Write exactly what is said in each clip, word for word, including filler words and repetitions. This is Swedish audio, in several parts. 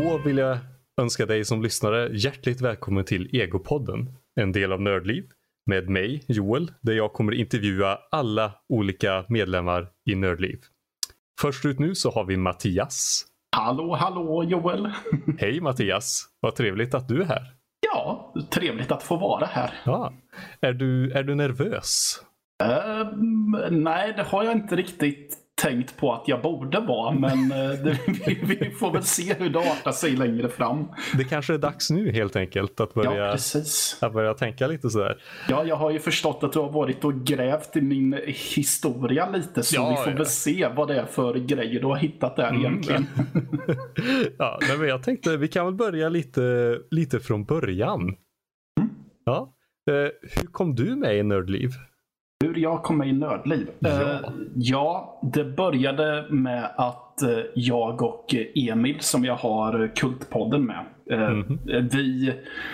Då vill jag önska dig som lyssnare hjärtligt välkommen till Egopodden, en del av Nördliv, med mig, Joel, där jag kommer intervjua alla olika medlemmar i Nördliv. Först ut nu så har vi Mattias. Hallå, hallå Joel. Hej Mattias, vad trevligt att du är här. Ja, trevligt att få vara här. Ja. Är du, är du nervös? Uh, nej, det har jag inte riktigt tänkt på att jag borde vara, men uh, det, vi, vi får väl se hur det artar sig längre fram. Det kanske är dags nu helt enkelt att börja, ja, precis. att börja tänka lite sådär. Ja, jag har ju förstått att du har varit och grävt i min historia lite, så ja, vi får ja. väl se vad det är för grejer du har hittat där mm. egentligen. ja, men jag tänkte vi kan väl börja lite, lite från början. Mm. Ja. Uh, hur kom du med i Nördliv? Hur jag kom med i Nördliv? Ja. Uh, ja, det började med att uh, jag och Emil, som jag har Kultpodden med, uh, mm-hmm. vi,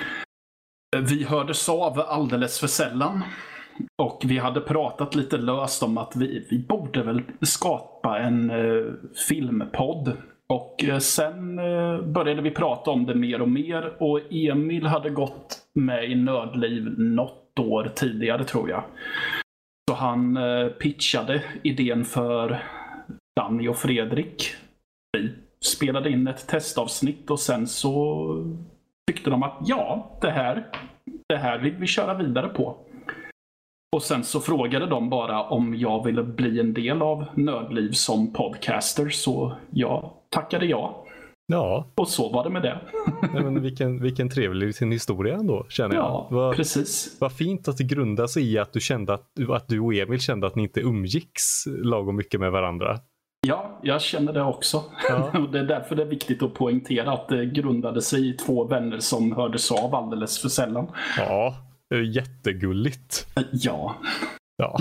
vi hördes av alldeles för sällan. Och vi hade pratat lite löst om att vi, vi borde väl skapa en uh, filmpodd. Och uh, sen uh, började vi prata om det mer och mer. Och Emil hade gått med i Nördliv något år tidigare, tror jag. Så han eh, pitchade idén för Danny och Fredrik. Vi spelade in ett testavsnitt och sen så tyckte de att ja, det här, det här vill vi köra vidare på. Och sen så frågade de bara om jag ville bli en del av Nördliv som podcaster, så jag tackade ja. Ja. Och så var det med det. Nej, men vilken, vilken trevlig sin historia ändå, känner jag. Ja, vad, precis. Vad fint att det grundar sig i att du kände att, att du och Emil kände att ni inte umgicks lagom mycket med varandra. Ja, jag känner det också. Ja. Det är därför det är viktigt att poängtera att det grundade sig i två vänner som hördes av alldeles för sällan. Ja, det är jättegulligt. Ja. Ja.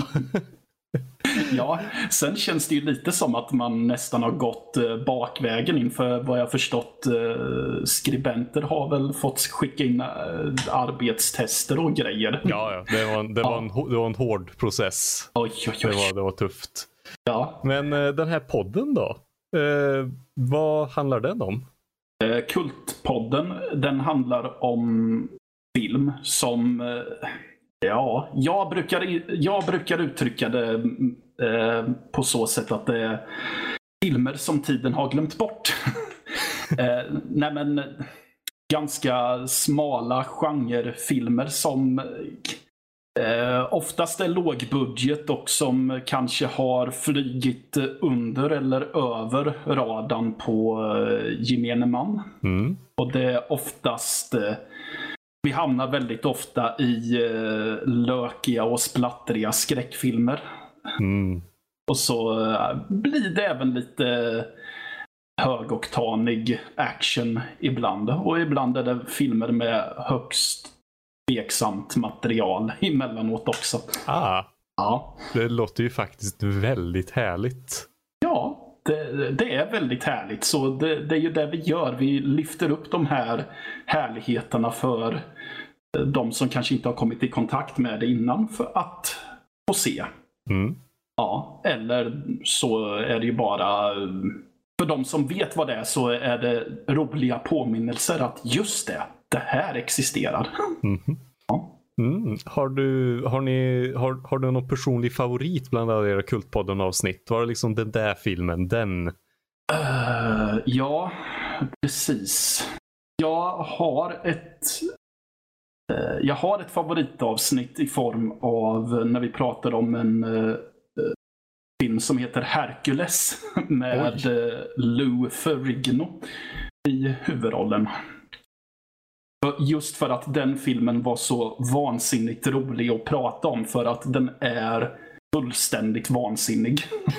Ja, sen känns det ju lite som att man nästan har gått eh, bakvägen inför vad jag förstått. Eh, skribenter har väl fått skicka in eh, arbetstester och grejer. Ja, ja. Det, var en, det, ja. Var en, det var en hård process. Oj, oj, oj. Det, var, det var tufft. Ja. Men eh, den här podden då? Eh, vad handlar den om? Eh, Kultpodden, den handlar om film som... Eh, Ja, jag brukar, jag brukar uttrycka det eh, på så sätt att det är filmer som tiden har glömt bort. eh, nej men, ganska smala genrefilmer som eh, oftast är lågbudget och som kanske har flygit under eller över radarn på eh, gemene man. Mm. Och det är oftast... Eh, Vi hamnar väldigt ofta i uh, lökiga och splattriga skräckfilmer. Mm. Och så uh, blir det även lite högoktanig action ibland. Och ibland är det filmer med högst tveksamt material emellanåt också. Ah, ja. Det låter ju faktiskt väldigt härligt. Ja. Det, det är väldigt härligt, så det, det är ju det vi gör. Vi lyfter upp de här härligheterna för de som kanske inte har kommit i kontakt med det innan för att få se. Mm. Ja, eller så är det ju bara för de som vet vad det är, så är det roliga påminnelser att just det, det här existerar. Mm. Ja. Mm. Har du har ni har, har du någon personlig favorit bland alla era Kultpodden-avsnitt? Var det liksom den där filmen, den? Uh, ja, precis. Jag har ett uh, jag har ett favoritavsnitt i form av när vi pratar om en uh, film som heter Hercules med uh, Lou Ferrigno i huvudrollen. Just för att den filmen var så vansinnigt rolig att prata om, för att den är fullständigt vansinnig.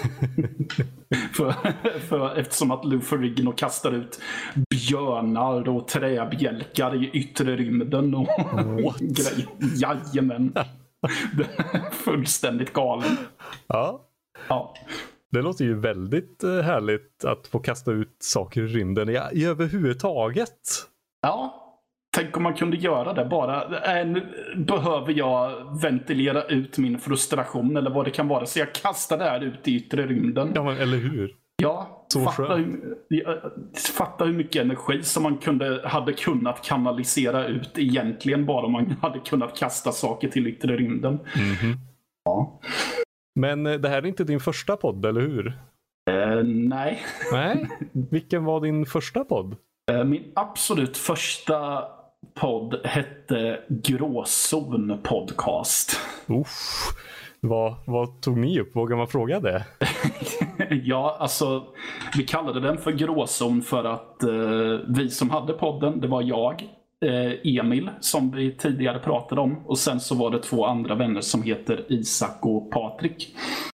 för, för, eftersom att Lou Ferrigno kastar ut björnar och träbjälkar i yttre rymden och grejer. Jajamän. Den är fullständigt galen. Ja. Ja. Det låter ju väldigt härligt att få kasta ut saker i rymden i, i överhuvudtaget. Ja. Tänk om man kunde göra det bara. Äh, nu behöver jag ventilera ut min frustration eller vad det kan vara. Så jag kastar det här ut i yttre rymden. Ja, men eller hur? Ja, Så fatta hur, fatta hur mycket energi som man kunde, hade kunnat kanalisera ut egentligen bara om man hade kunnat kasta saker till yttre rymden. Mm-hmm. Ja. Men det här är inte din första podd, eller hur? Uh, nej. Nej? Vilken var din första podd? Uh, min absolut första podd hette Gråzon podcast. Uff. Vad, vad tog ni upp? Vågar man fråga det? Ja, alltså vi kallade den för Gråzon för att uh, vi som hade podden, det var jag, uh, Emil som vi tidigare pratade om, och sen så var det två andra vänner som heter Isak och Patrik.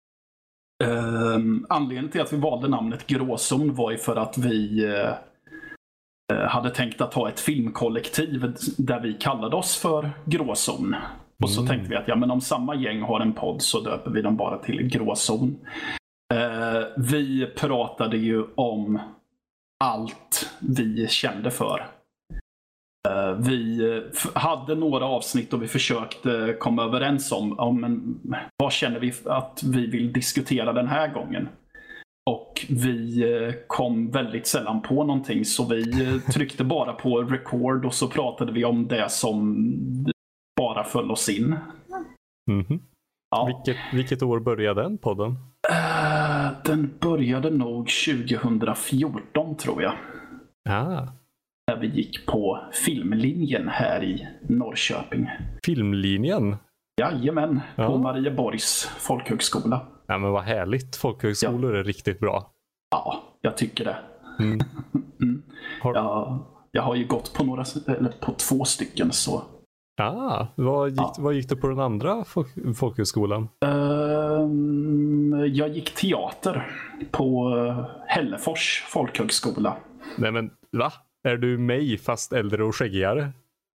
Uh, anledningen till att vi valde namnet Gråzon var ju för att vi uh, hade tänkt att ha ett filmkollektiv där vi kallade oss för Gråzon. Och så mm. tänkte vi att ja, men om samma gäng har en podd så döper vi dem bara till Gråzon. Uh, vi pratade ju om allt vi kände för. Uh, vi hade några avsnitt och vi försökte komma överens om, om men, vad känner vi att vi vill diskutera den här gången. Och vi kom väldigt sällan på någonting, så vi tryckte bara på record och så pratade vi om det som bara föll oss in. Mm-hmm. Ja. Vilket, vilket år började den podden? Uh, den började nog tjugohundrafjorton tror jag. Ah. När vi gick på filmlinjen här i Norrköping. Filmlinjen? Jajamän, ja. På Marieborgs folkhögskola. Ja, men vad härligt. Folkhögskolor ja. är riktigt bra. Ja, jag tycker det. Mm. mm. Har... Jag, jag har ju gått på, några, eller på två stycken så. Ah, vad gick, ja. vad gick du på den andra folk, folkhögskolan? Um, jag gick teater på Hällefors folkhögskola. Nej men, va? Är du mig fast äldre och skäggigare?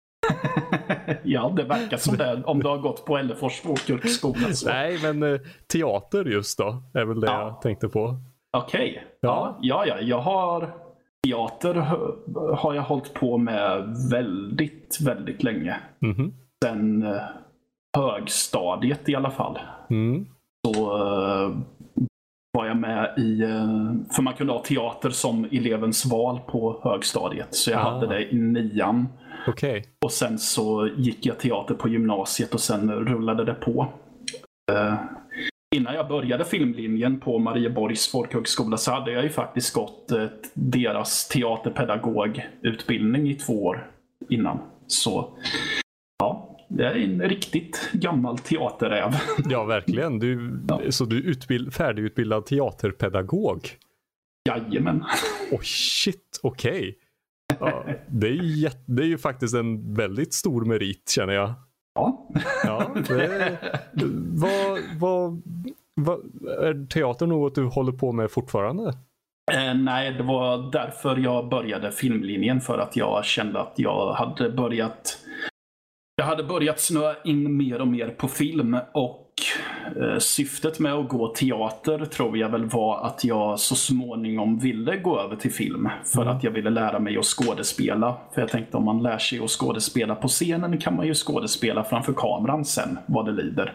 Ja, det verkar som det. Om du har gått på Hällefors folkhögskola. Så. Nej, men eh, teater just då är väl det ja. jag tänkte på. Okej. Okay. Ja. ja, ja. Jag har teater har jag hållit på med väldigt, väldigt länge. Mm-hmm. Sen eh, högstadiet i alla fall. Mm. Så eh, var jag med i, eh, för man kunde ha teater som elevens val på högstadiet. Så jag ah. hade det i nian. Okay. Och sen så gick jag teater på gymnasiet och sen rullade det på. Uh, innan jag började filmlinjen på Marieborgs folkhögskola så hade jag ju faktiskt gått uh, deras teaterpedagogutbildning i två år innan. Så ja, det är en riktigt gammal teaterräv. Ja, verkligen. Du, ja. Så du är utbild, färdigutbildad teaterpedagog? Jajamän. Oh shit, okej. Okay. Ja, det, är ju, det är ju faktiskt en väldigt stor merit känner jag. Ja. Ja det, vad, vad, vad, är teater något du håller på med fortfarande? Eh, nej, det var därför jag började filmlinjen. För att jag kände att jag hade börjat Jag hade börjat snöa in mer och mer på film. Och eh, syftet med att gå teater tror jag väl var att jag så småningom ville gå över till film. För mm. att jag ville lära mig att skådespela. För jag tänkte om man lär sig att skådespela på scenen kan man ju skådespela framför kameran sen vad det lider.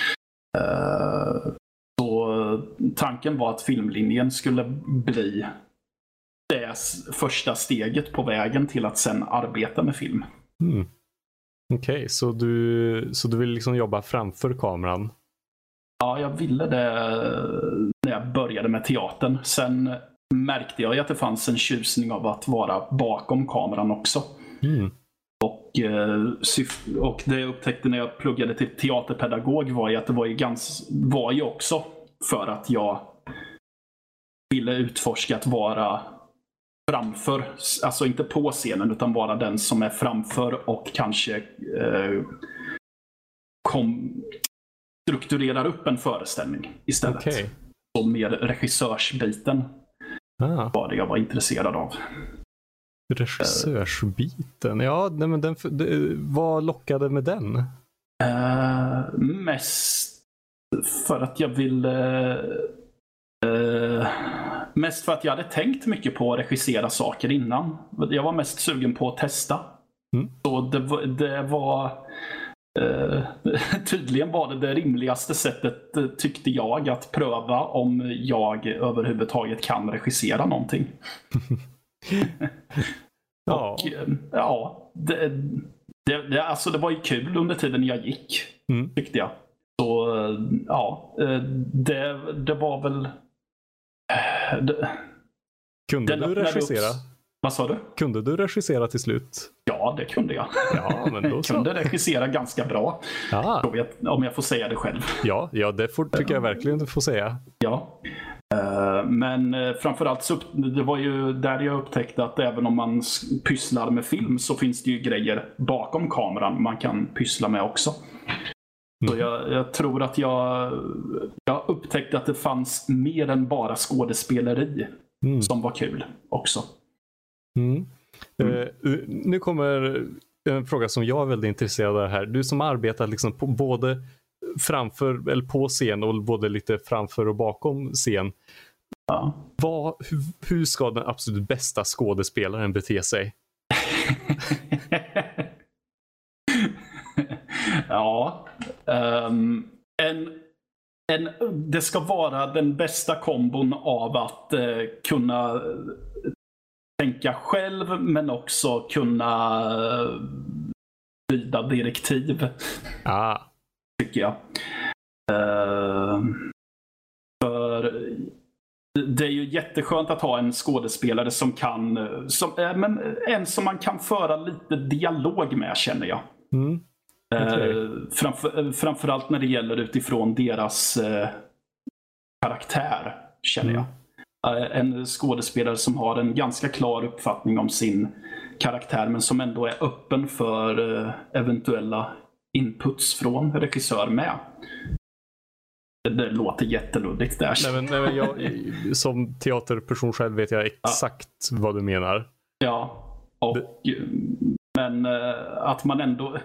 Uh, så tanken var att filmlinjen skulle bli det första steget på vägen till att sen arbeta med film. Mm. Okej, okay, så, du, så du vill liksom jobba framför kameran? Ja, jag ville det när jag började med teatern. Sen märkte jag att det fanns en tjusning av att vara bakom kameran också. Mm. Och, och det jag upptäckte när jag pluggade till teaterpedagog var ju att det var ju, ganska, var ju också för att jag ville utforska att vara framför, alltså inte på scenen utan vara den som är framför och kanske eh, kom, strukturerar upp en föreställning istället. Okay. Så mer regissörsbiten ah. var det jag var intresserad av. Regissörsbiten? Ja, nej, men den, det, vad lockade med den? Uh, mest för att jag ville uh, mest för att jag hade tänkt mycket på att regissera saker innan. Jag var mest sugen på att testa. Mm. Så det, det var eh, tydligen var det det rimligaste sättet, eh, tyckte jag, att pröva om jag överhuvudtaget kan regissera någonting. Ja. Och, eh, ja, det, det, det, alltså det var ju kul under tiden jag gick, Mm. tyckte jag. Så eh, ja, eh, det, det var väl... eh, Det, Kunde den du öppnade regissera? upp- Vad sa du? Kunde du regissera till slut? Ja, det kunde jag. Ja, men då Jag så. kunde regissera ganska bra, Ja, om jag, om jag får säga det själv. ja, ja det får, tycker jag verkligen du får säga. Ja. Eh, Men eh, framförallt så upp, det var ju där jag upptäckte att även om man s- pysslar med film så finns det ju grejer bakom kameran man kan pyssla med också. Så jag, jag tror att jag, jag upptäckte att det fanns mer än bara skådespeleri Mm. som var kul också. Mm. Mm. Eh, nu kommer en fråga som jag är väldigt intresserad av här. Du som arbetar liksom på, både framför eller på scen och både lite framför och bakom scen. Ja. Vad, hur, hur ska den absolut bästa skådespelaren bete sig? Ja. ehm, en, en, det ska vara den bästa kombon av att eh, kunna eh, tänka själv men också kunna eh, lyda direktiv, Ah. tycker jag. Ehm, för det är ju jätteskönt att ha en skådespelare som kan, som, eh, men en som man kan föra lite dialog med, känner jag. Mm. Okej. Eh, framför, framförallt när det gäller utifrån deras eh, karaktär, känner jag. Eh, en skådespelare som har en ganska klar uppfattning om sin karaktär men som ändå är öppen för eh, eventuella inputs från regissör med. Det, det låter jätteluddigt där. Nej, men, nej, men jag, som teaterperson själv vet jag exakt ja. vad du menar. Ja, och, det... men eh, att man ändå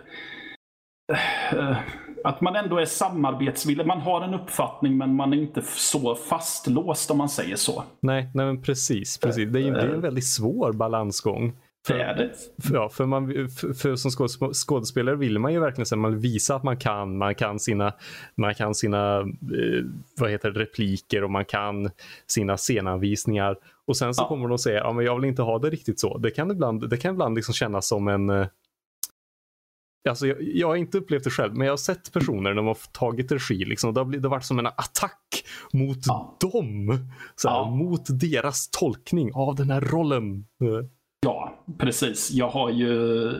eh, att man ändå är samarbetsvillig. Man har en uppfattning men man är inte så fastlåst, om man säger så. Nej, nej men precis. precis. Det är ju det är en väldigt svår balansgång. För, det är det. För, ja, för, man, för, för som skådesp- skådespelare vill man ju verkligen säga, man visa att man kan, man kan sina, man kan sina eh, vad heter det, repliker och man kan sina scenanvisningar. Och sen så ja. kommer de att säga, ja men jag vill inte ha det riktigt så. Det kan ibland, det kan ibland liksom kännas som en eh, Alltså jag, jag har inte upplevt det själv, men jag har sett personer när de har tagit regi liksom, det har blivit, det har varit som en attack mot ja. dem så här, ja. mot deras tolkning av den här rollen. Ja, precis. Jag har ju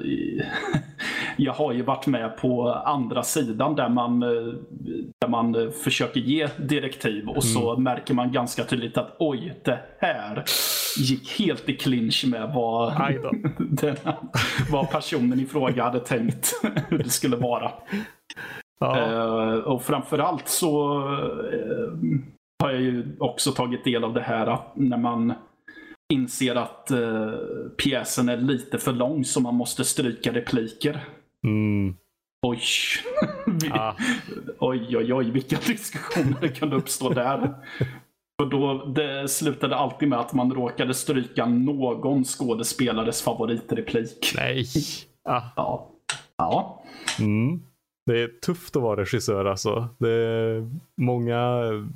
jag har ju varit med på andra sidan där man där man försöker ge direktiv och så mm. märker man ganska tydligt att oj, det här gick helt i clinch med vad, den, vad personen i fråga hade tänkt hur det skulle vara. Ja. Uh, och framförallt så uh, har jag ju också tagit del av det här att när man inser att uh, pjäsen är lite för lång så man måste stryka repliker. Mm. Oj. Vi, ah. oj, oj, oj, vilka diskussioner kunde uppstå där. Och då, det slutade alltid med att man råkade stryka någon skådespelares favoritreplik. Nej. Ah. Ja. Ja. Mm. Det är tufft att vara regissör alltså. Det är många,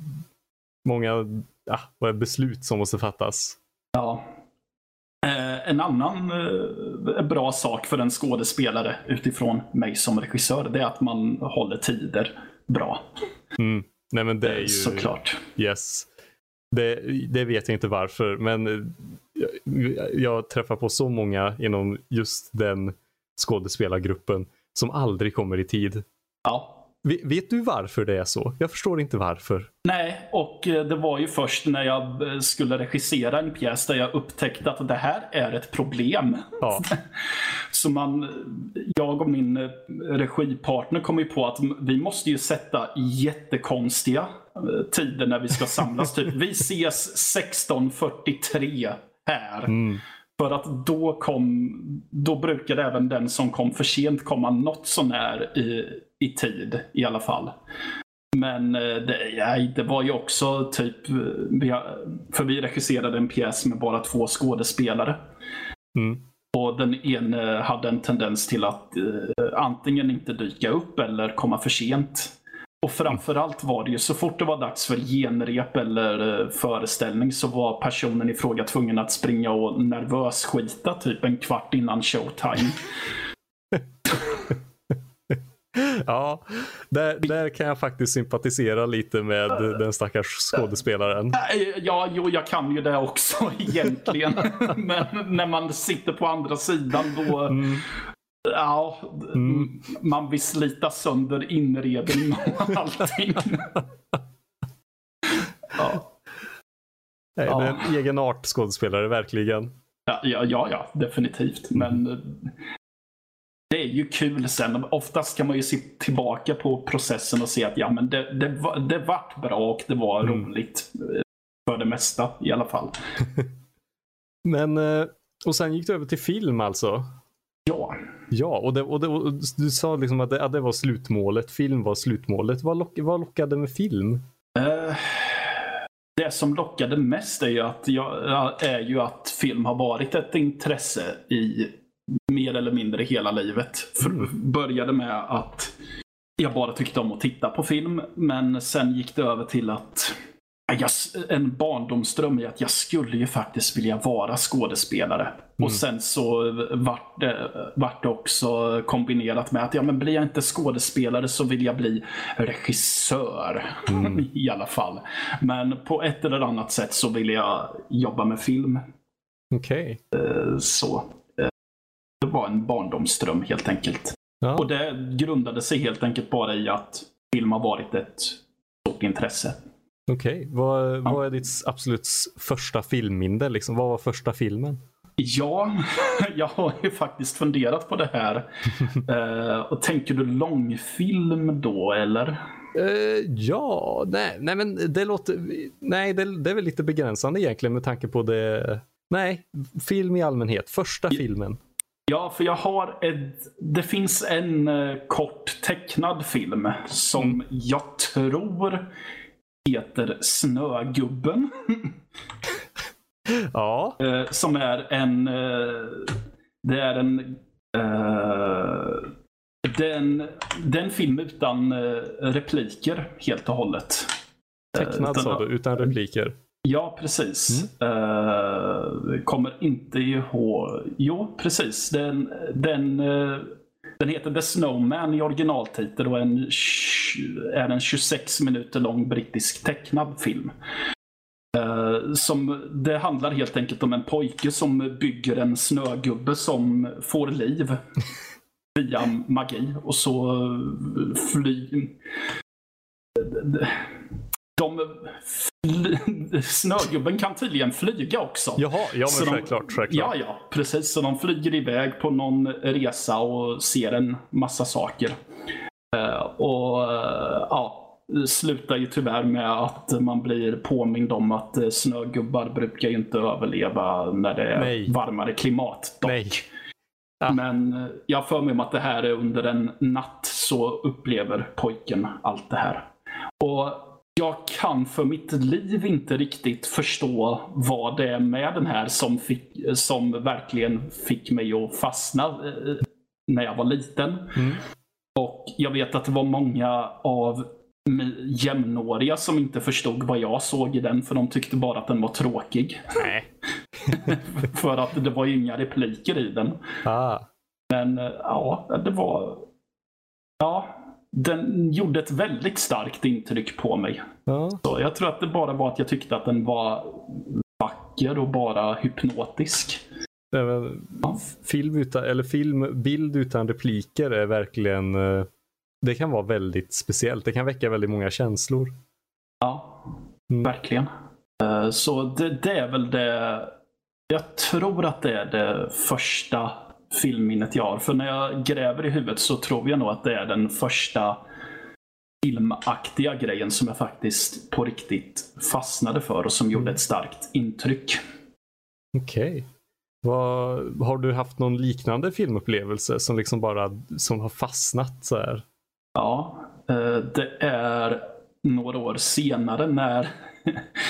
många ah, beslut som måste fattas. Ja. Eh, en annan eh, bra sak för en skådespelare utifrån mig som regissör, det är att man håller tider bra. Mm. Nej, men det är ju... Såklart. Yes. Det, det vet jag inte varför, men jag, jag träffar på så många inom just den skådespelargruppen som aldrig kommer i tid. Ja. Vet du varför det är så? Jag förstår inte varför. Nej, och det var ju först när jag skulle regissera en pjäs där jag upptäckte att det här är ett problem. Ja. Så man, jag och min regipartner kom ju på att vi måste ju sätta jättekonstiga tider när vi ska samlas. Typ, vi ses sexton fyrtiotre här. Mm. För att då kom, då brukade även den som kom för sent komma något så när i, i tid i alla fall. Men det, nej, det var ju också typ, vi, för vi regisserade en pjäs med bara två skådespelare. Mm. Och den ene hade en tendens till att, antingen inte dyka upp eller komma för sent. Och framförallt var det ju så fort det var dags för genrep eller uh, föreställning så var personen i fråga tvungen att springa och nervös skita typ en kvart innan showtime. Ja, där, där kan jag faktiskt sympatisera lite med den stackars skådespelaren. Ja, jo, jag kan ju det också egentligen. Men när man sitter på andra sidan då... Mm. Ja, mm. man vill slita sönder inredning och allting. Ja. Nej, ja. Det är en egen art skådespelare, verkligen. Ja, ja, ja, ja definitivt. Mm. Men... Det är ju kul sen. Oftast kan man ju se tillbaka på processen och se att ja, men det, det, var, det vart bra och det var mm. roligt. För det mesta i alla fall. Men, och sen gick du över till film alltså? Ja. Ja, och, det, och, det, och du sa liksom att det, att det var slutmålet. Film var slutmålet. Vad, lock, vad lockade med film? Uh, det som lockade mest är ju, att jag, är ju att film har varit ett intresse i mer eller mindre hela livet. Mm. Började med att jag bara tyckte om att titta på film, men sen gick det över till att jag, en barndomsdröm i att jag skulle ju faktiskt vilja vara skådespelare. Mm. Och sen så vart det, vart det också kombinerat med att ja, men blir jag inte skådespelare så vill jag bli regissör. Mm. I alla fall. Men på ett eller annat sätt så vill jag jobba med film. Okej. Okay. Så det var en barndomsdröm helt enkelt. Ja. Och det grundade sig helt enkelt bara i att film har varit ett stort intresse. Okej, okay. vad, ja. vad är ditt absolut första filmminne? Liksom? Vad var första filmen? Ja, jag har ju faktiskt funderat på det här. uh, och tänker du långfilm då, eller? Uh, ja, nej, nej men det låter... Nej, det, det är väl lite begränsande egentligen med tanke på det... Nej, film i allmänhet. Första ja. filmen. Ja, för jag har ett... Det finns en uh, kort tecknad film som mm. jag tror heter Snögubben. Ja. Uh, som är en... Uh, det är en... Uh, den, den film utan uh, repliker helt och hållet. Tecknad uh, sa du, utan repliker. Ja, precis. Mm. Uh, kommer inte ihåg... Jo, precis. Den, den, uh, den heter The Snowman i originaltitel och en, är en tjugosex minuter lång brittisk tecknad film. Uh, som, det handlar helt enkelt om en pojke som bygger en snögubbe som får liv via magi. Och så flyger... De fly... Snögubben kan tydligen flyga också. Jaha, ja men de... självklart, självklart. Ja, ja, precis. Så de flyger iväg på någon resa och ser en massa saker. Uh, och uh, ja, slutar ju tyvärr med att man blir påmind om att uh, snögubbar brukar ju inte överleva när det är Nej. varmare klimat dock. Nej. Ah. Men uh, jag för mig om att det här är under en natt så upplever pojken allt det här. Och jag kan för mitt liv inte riktigt förstå vad det är med den här som, fick, som verkligen fick mig att fastna eh, när jag var liten. Mm. Och jag vet att det var många av jämnåriga som inte förstod vad jag såg i den, för de tyckte bara att den var tråkig. Nej. För att det var ju inga repliker i den. Ah. Men ja, det var... Ja... Den gjorde ett väldigt starkt intryck på mig. Ja. Så jag tror att det bara var att jag tyckte att den var vacker och bara hypnotisk. Nej, men, ja. Film utan, eller filmbild utan repliker är verkligen... Det kan vara väldigt speciellt. Det kan väcka väldigt många känslor. Ja, mm. verkligen. Så det, det är väl det... Jag tror att det är det första... filmminnet jag har. För när jag gräver i huvudet så tror jag nog att det är den första filmaktiga grejen som jag faktiskt på riktigt fastnade för och som gjorde ett starkt intryck. Okej. Okay. Har du haft någon liknande filmupplevelse som liksom bara som har fastnat så här? Ja, det är några år senare när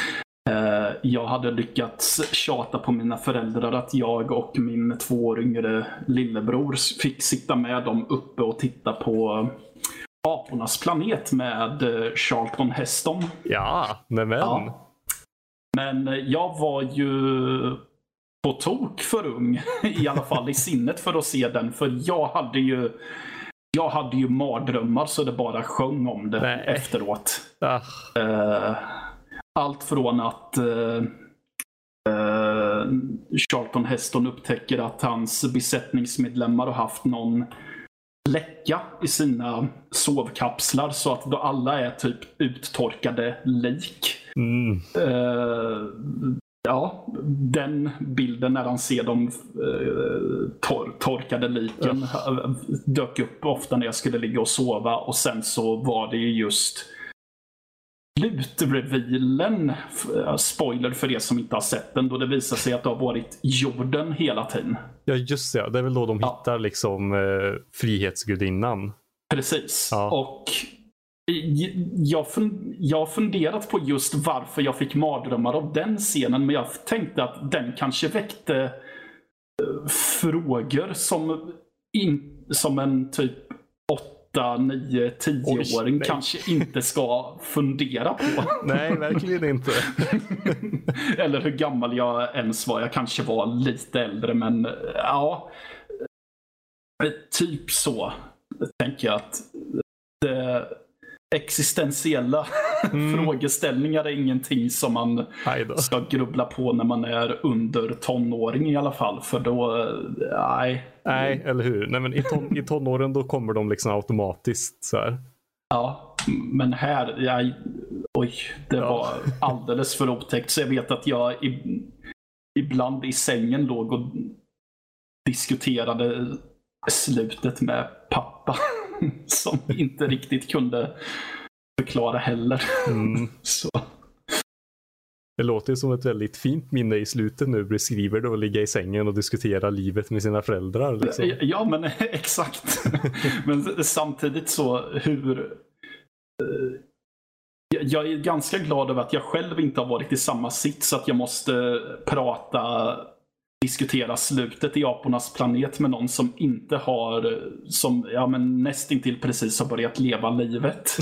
Eh, jag hade lyckats tjata på mina föräldrar att jag och min två år yngre lillebror fick sitta med dem uppe och titta på Apornas planet med Charlton Heston. Ja, men men. Ja. Men jag var ju på tok för ung, i alla fall i sinnet, för att se den. För jag hade ju jag hade ju mardrömmar så det bara sjöng om det. Nej. Efteråt. Ah. Uh, allt från att uh, uh, Charlton Heston upptäcker att hans besättningsmedlemmar har haft någon läcka i sina sovkapslar så att då alla är typ uttorkade lik. Mm. Uh, ja, den bilden när han ser de uh, tor- torkade liken uh. dök upp ofta när jag skulle ligga och sova, och sen så var det ju just slutrevealen, spoiler för er som inte har sett den, då det visar sig att det har varit jorden hela tiden. Ja, just det. Det är väl då de ja. hittar liksom eh, frihetsgudinnan. Precis. Ja. Och jag, fun- jag har funderat på just varför jag fick mardrömmar av den scenen, men jag tänkte att den kanske väckte uh, frågor som, in- som en typ åtta, nio, tio-åring kanske inte ska fundera på. Nej, verkligen inte. Eller hur gammal jag ens var. Jag kanske var lite äldre, men ja. Typ så tänker jag att det existentiella mm. frågeställningar är ingenting som man ska grubbla på när man är under tonåring i alla fall. För då, nej. Nej, eller hur? Nej, men i, ton, i tonåren då kommer de liksom automatiskt så här. Ja, men här, jag, oj, det ja. var alldeles för otäckt. Så jag vet att jag i, ibland i sängen låg och diskuterade slutet med pappa. Som inte riktigt kunde förklara heller. Mm. Så. Det låter som ett väldigt fint minne i slutet nu. Beskriver det att ligga i sängen och diskutera livet med sina föräldrar. Liksom. Ja, men exakt. Men samtidigt så hur... Jag är ganska glad över att jag själv inte har varit i samma sits, så att jag måste prata... diskutera slutet i Apornas planet med någon som inte har, som ja men nästintill precis har börjat leva livet.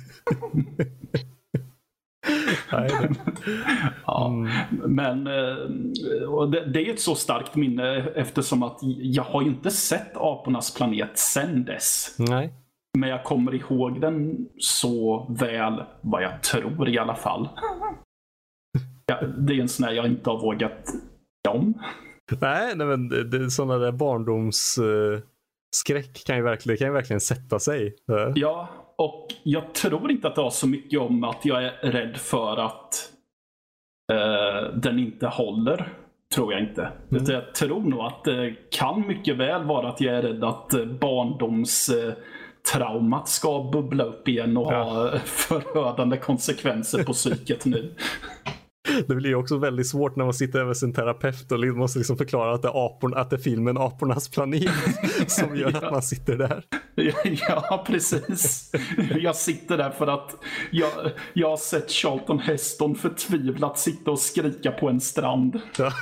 Ja, mm. Men och det, det är ett så starkt minne eftersom att jag har ju inte sett Apornas planet sen dess. Nej. Men jag kommer ihåg den så väl, vad jag tror i alla fall. Ja, det är en sån här jag inte har vågat om. Nej, nej men det, det, sådana där barndomsskräck uh, kan ju verkligen, kan ju verkligen sätta sig. Uh. Ja, och jag tror inte att det har så mycket om att jag är rädd för att uh, den inte håller. Tror jag inte. Mm. Jag tror nog att det kan mycket väl vara att jag är rädd att barndomstraumat ska bubbla upp igen och ja. ha förödande konsekvenser på psyket nu. Det blir ju också väldigt svårt när man sitter över sin terapeut och måste liksom förklara att det är, apor, att det är filmen Apornas planet som gör ja. att man sitter där. Ja, precis. Jag sitter där för att jag, jag har sett Charlton Heston förtvivlat sitta och skrika på en strand. Ja.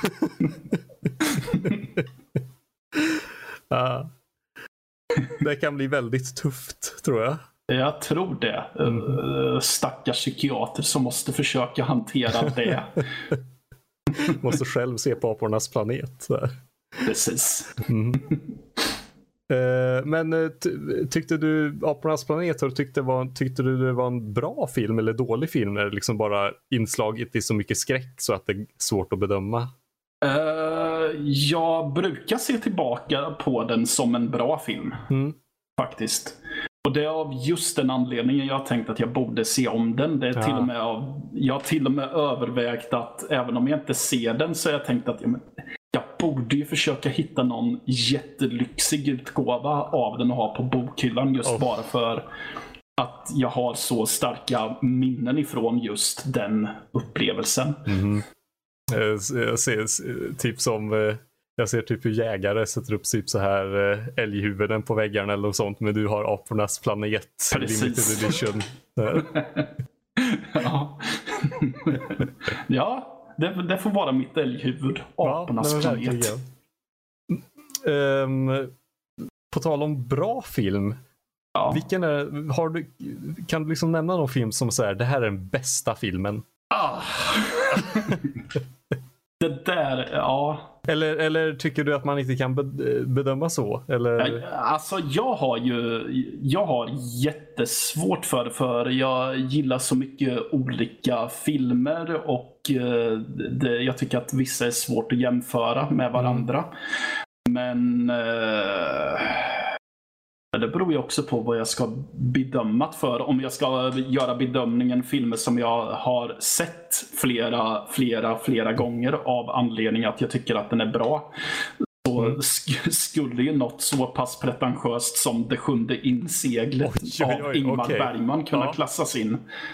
Ja. Det kan bli väldigt tufft, tror jag. Jag tror det. Mm. Stackars psykiater som måste försöka hantera det. Måste själv se på Apornas planet. Där. Precis. Mm. uh, men ty- tyckte du Apornas planet, tyckte, var, tyckte du det var en bra film eller dålig film? Eller liksom bara inslaget i så mycket skräck så att det är svårt att bedöma? Uh, jag brukar se tillbaka på den som en bra film. Mm. Faktiskt. Och det är av just den anledningen jag har tänkt att jag borde se om den. Det är ja. till och med av, jag har till och med övervägt att även om jag inte ser den så har jag tänkt att ja, men, jag borde ju försöka hitta någon jättelyxig utgåva av den och ha på bokhyllan just oh. bara för att jag har så starka minnen ifrån just den upplevelsen. Mm. Jag ser typ som... Jag ser typ hur jägare sätter upp typ så här äh, älghuvuden på väggarna eller något sånt, men du har Apornas planet. Precis. Limited edition. Ja. Ja, det, det får vara mitt älghuvud. Apornas ja, planet. Um, på tal om bra film. Ja. Vilken är, har du, kan du liksom nämna någon film som säger det här är den bästa filmen? Ah. Det där, ja. Eller, eller tycker du att man inte kan bedöma så? Eller? Alltså jag har ju jag har jättesvårt för det, för jag gillar så mycket olika filmer och det, jag tycker att vissa är svårt att jämföra med varandra. Mm. Men eh, det beror ju också på vad jag ska bedöma för. Om jag ska göra bedömningen filmer som jag har sett flera, flera, flera gånger av anledning att jag tycker att den är bra, så mm. sk- skulle ju något så pass pretentiöst som Det sjunde inseglet oj, oj, oj, av Ingmar okay. Bergman kunna ja. klassas in.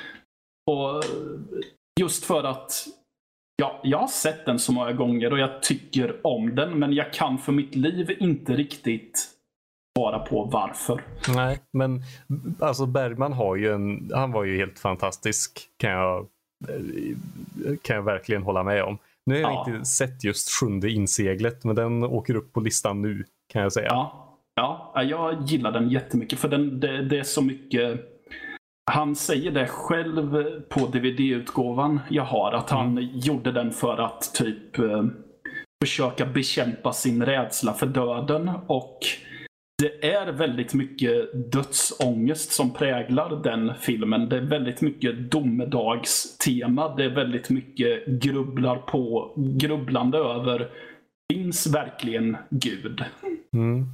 Och just för att ja, jag har sett den så många gånger och jag tycker om den, men jag kan för mitt liv inte riktigt svara på varför. Nej, men alltså Bergman har ju en, han var ju helt fantastisk, kan jag kan jag verkligen hålla med om. Nu har jag ja. inte sett just Sjunde inseglet, men den åker upp på listan nu, kan jag säga. Ja, ja jag gillar den jättemycket, för den, det, det är så mycket. Han säger det själv på D V D-utgåvan jag har, att han mm. gjorde den för att typ eh, försöka bekämpa sin rädsla för döden, och det är väldigt mycket dödsångest som präglar den filmen. Det är väldigt mycket domedagstema. Det är väldigt mycket grubblar på, grubblande över, finns verkligen Gud? Mm.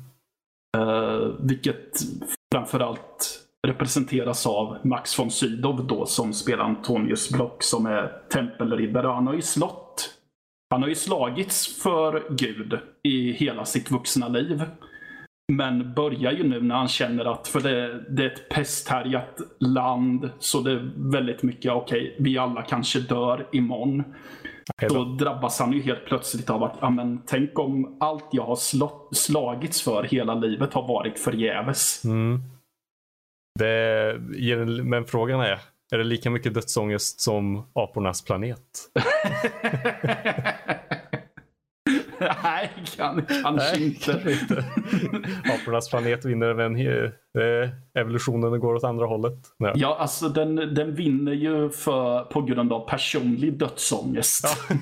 Uh, vilket framförallt representeras av Max von Sydow då, som spelar Antonius Block, som är tempelriddare. Han har ju slått. Han har ju slagits för Gud i hela sitt vuxna liv. Men börjar ju nu när han känner att, för det, det är ett pesthärjat land, så det är väldigt mycket, okej, okay, vi alla kanske dör imorgon. Då drabbas han ju helt plötsligt av att, amen, tänk om allt jag har slå, slagits för hela livet har varit förgäves. Mm. Det ger, men frågan är, är det lika mycket dödsångest som Apornas planet? Nej, kan, kanske Nej, inte. Kanske inte. Apornas planet vinner, men eh, evolutionen går åt andra hållet. Ja, ja alltså den, den vinner ju för, på grund av personlig dödsångest. Ja.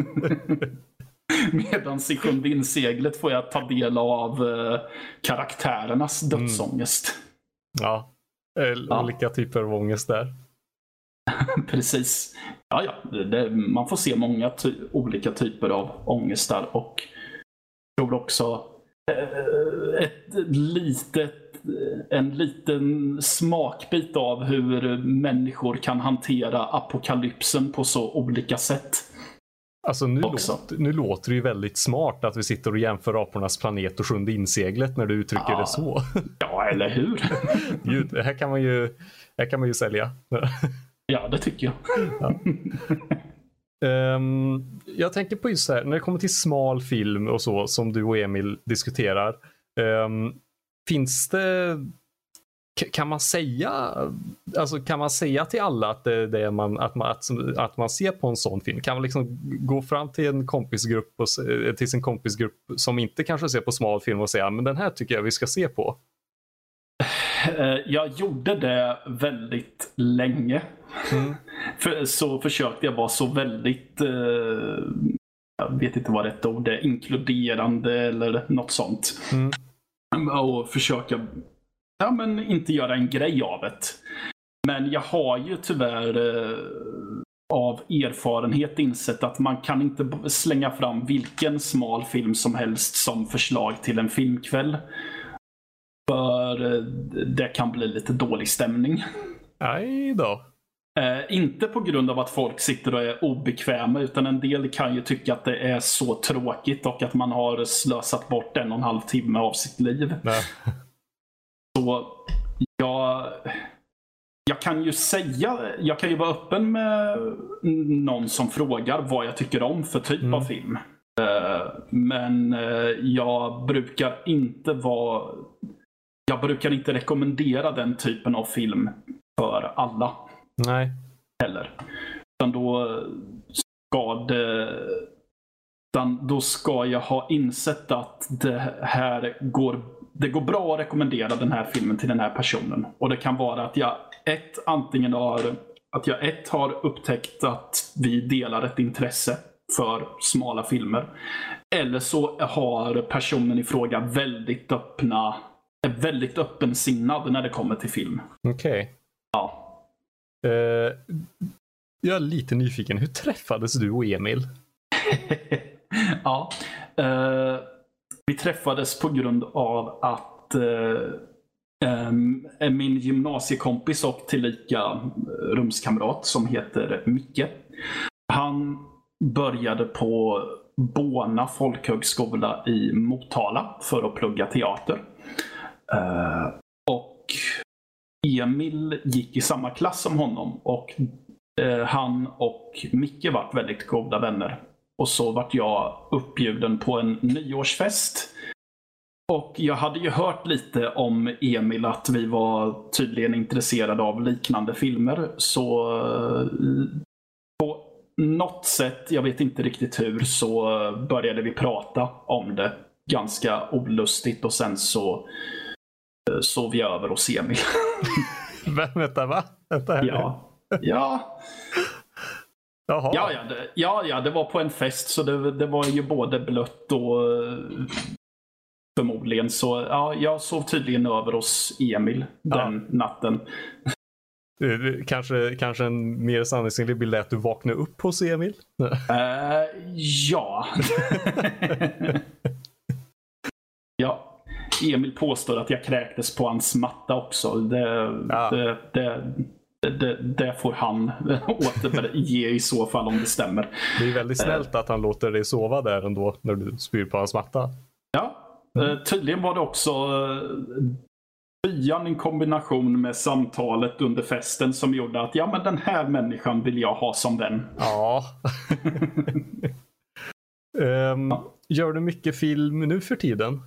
Medan i Sjunde inseglet får jag ta del av eh, karaktärernas dödsångest. Mm. Ja, ja, olika typer av ångest där. Precis. Ja, ja. Det, man får se många ty- olika typer av ångestar, och jag tror också eh, ett litet, en liten smakbit av hur människor kan hantera apokalypsen på så olika sätt. Alltså nu, låter, nu låter det ju väldigt smart att vi sitter och jämför Apornas planet och Sjunde inseglet när du uttrycker ja, det så. Ja, eller hur? Gud, det här kan man ju, här kan man ju sälja. Ja, det tycker jag. Ja. um, jag tänker på just så här, när det kommer till smal film och så, som du och Emil diskuterar. Um, finns det, k- kan man säga, alltså kan man säga till alla att det, det är man, att man, att, att man ser på en sån film? Kan man liksom gå fram till en kompisgrupp och, till sin kompisgrupp som inte kanske ser på smal film och säga, men den här tycker jag vi ska se på? Jag gjorde det väldigt länge. Mm. För, så försökte jag vara så väldigt eh, jag vet inte vad rätt ord är, inkluderande eller något sånt. Mm. Och försöka ja, men inte göra en grej av det. Men jag har ju tyvärr eh, av erfarenhet insett att man kan inte slänga fram vilken smal film som helst som förslag till en filmkväll. För det kan bli lite dålig stämning. Nej då. Eh, inte på grund av att folk sitter och är obekväma, utan en del kan ju tycka att det är så tråkigt och att man har slösat bort en och en halv timme av sitt liv. Nej. Så jag, jag kan ju säga, jag kan ju vara öppen med någon som frågar vad jag tycker om för typ mm. av film. Eh, men eh, jag brukar inte vara Jag brukar inte rekommendera den typen av film för alla. Nej. Heller. Utan då ska det... Utan då ska jag ha insett att det här går... Det går bra att rekommendera den här filmen till den här personen. Och det kan vara att jag ett antingen har... Att jag ett har upptäckt att vi delar ett intresse för smala filmer. Eller så har personen i fråga väldigt öppna, är väldigt öppensinnad när det kommer till film. Okej. Okay. Ja. Uh, jag är lite nyfiken. Hur träffades du och Emil? ja. Uh, vi träffades på grund av att uh, um, min gymnasiekompis och tillika rumskamrat som heter Micke. Han började på Bona folkhögskola i Motala för att plugga teater. Uh, och Emil gick i samma klass som honom och uh, han och Micke var väldigt goda vänner. Och så vart jag uppbjuden på en nyårsfest. Och jag hade ju hört lite om Emil att vi var tydligen intresserade av liknande filmer. Så uh, på något sätt, jag vet inte riktigt hur, så började vi prata om det ganska olustigt och sen så uh, sov jag över hos Emil. Vänta, va? Vänta här. Ja. Ja. Jaha. Ja, ja, det, ja, ja, det var på en fest så det, det var ju både blött och förmodligen så, ja, jag sov tydligen över hos Emil den ja. natten. Kanske, kanske en mer sanningsenlig bild är att du vaknade upp hos Emil? Uh, ja. ja. Emil påstår att jag kräktes på hans matta också. Det, ja. det, det, det, det får han återge i så fall om det stämmer. Det är väldigt snällt uh, att han låter dig sova där ändå när du spyr på hans matta. Ja, mm. uh, tydligen var det också byan uh, i kombination med samtalet under festen som gjorde att ja, men den här människan vill jag ha som vän. Ja. um, ja. Gör du mycket film nu för tiden?